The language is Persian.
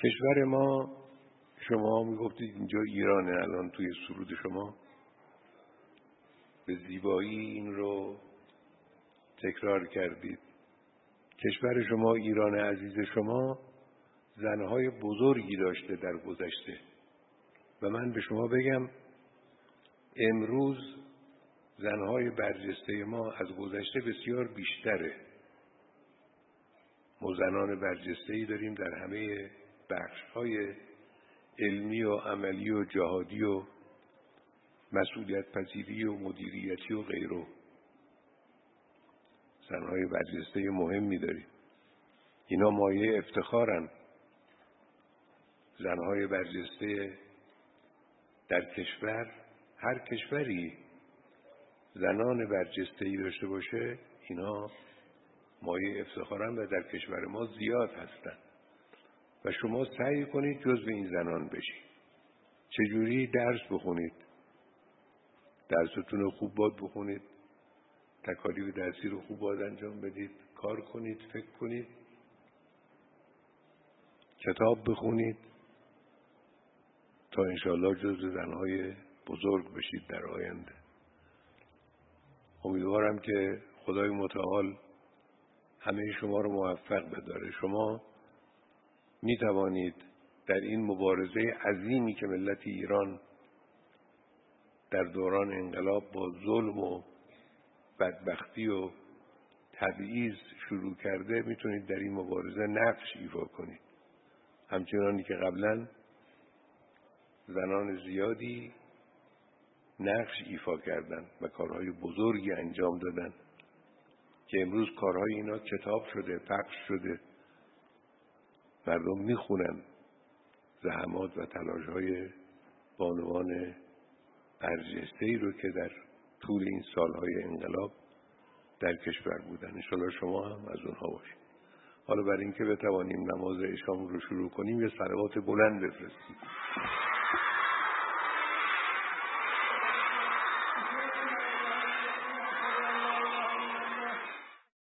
کشور ما، شما میگفتید اینجا ایرانه، الان توی سرود شما به زیبایی این رو تکرار کردید. کشور شما، ایران عزیز شما، زنهای بزرگی داشته در گذشته و من به شما بگم امروز زنهای برجسته ما از گذشته بسیار بیشتره. ما زنان برجسته‌ای داریم در همه بخش‌های علمی و عملی و جهادی و مسئولیت پذیری و مدیریتی و غیره. زنهای برجسته مهمی داریم. اینا مایه افتخارن. زنهای برجسته در کشور، هر کشوری زنان برجسته‌ای داشته باشه، اینا مایه افتخارن و در کشور ما زیاد هستن و شما سعی کنید جزو این زنان بشید. چجوری؟ درس بخونید، درستون رو خوب باید بخونید، تکالیف درسی رو خوب باید انجام بدید، کار کنید، فکر کنید، کتاب بخونید تا انشاءالله جزو زنهای بزرگ بشید در آینده. امیدوارم که خدای متعال همه شما رو موفق بداره. شما می توانید در این مبارزه عظیمی که ملت ایران در دوران انقلاب با ظلم و بدبختی و تبعیض شروع کرده، میتونید در این مبارزه نقش ایفا کنید، همچنانی که قبلا زنان زیادی نقش ایفا کردند و کارهای بزرگی انجام دادند که امروز کارهای اینا کتاب شده، پخش شده، مردم میخونن زحمات و تلاش‌های بانوان برجسته‌ای رو که در طول این سالهای انقلاب در کشور بودن. انشالله شما هم از اونها باشید. حالا برای اینکه بتوانیم نماز عشاءمون رو شروع کنیم یه صلوات بلند بفرستیم.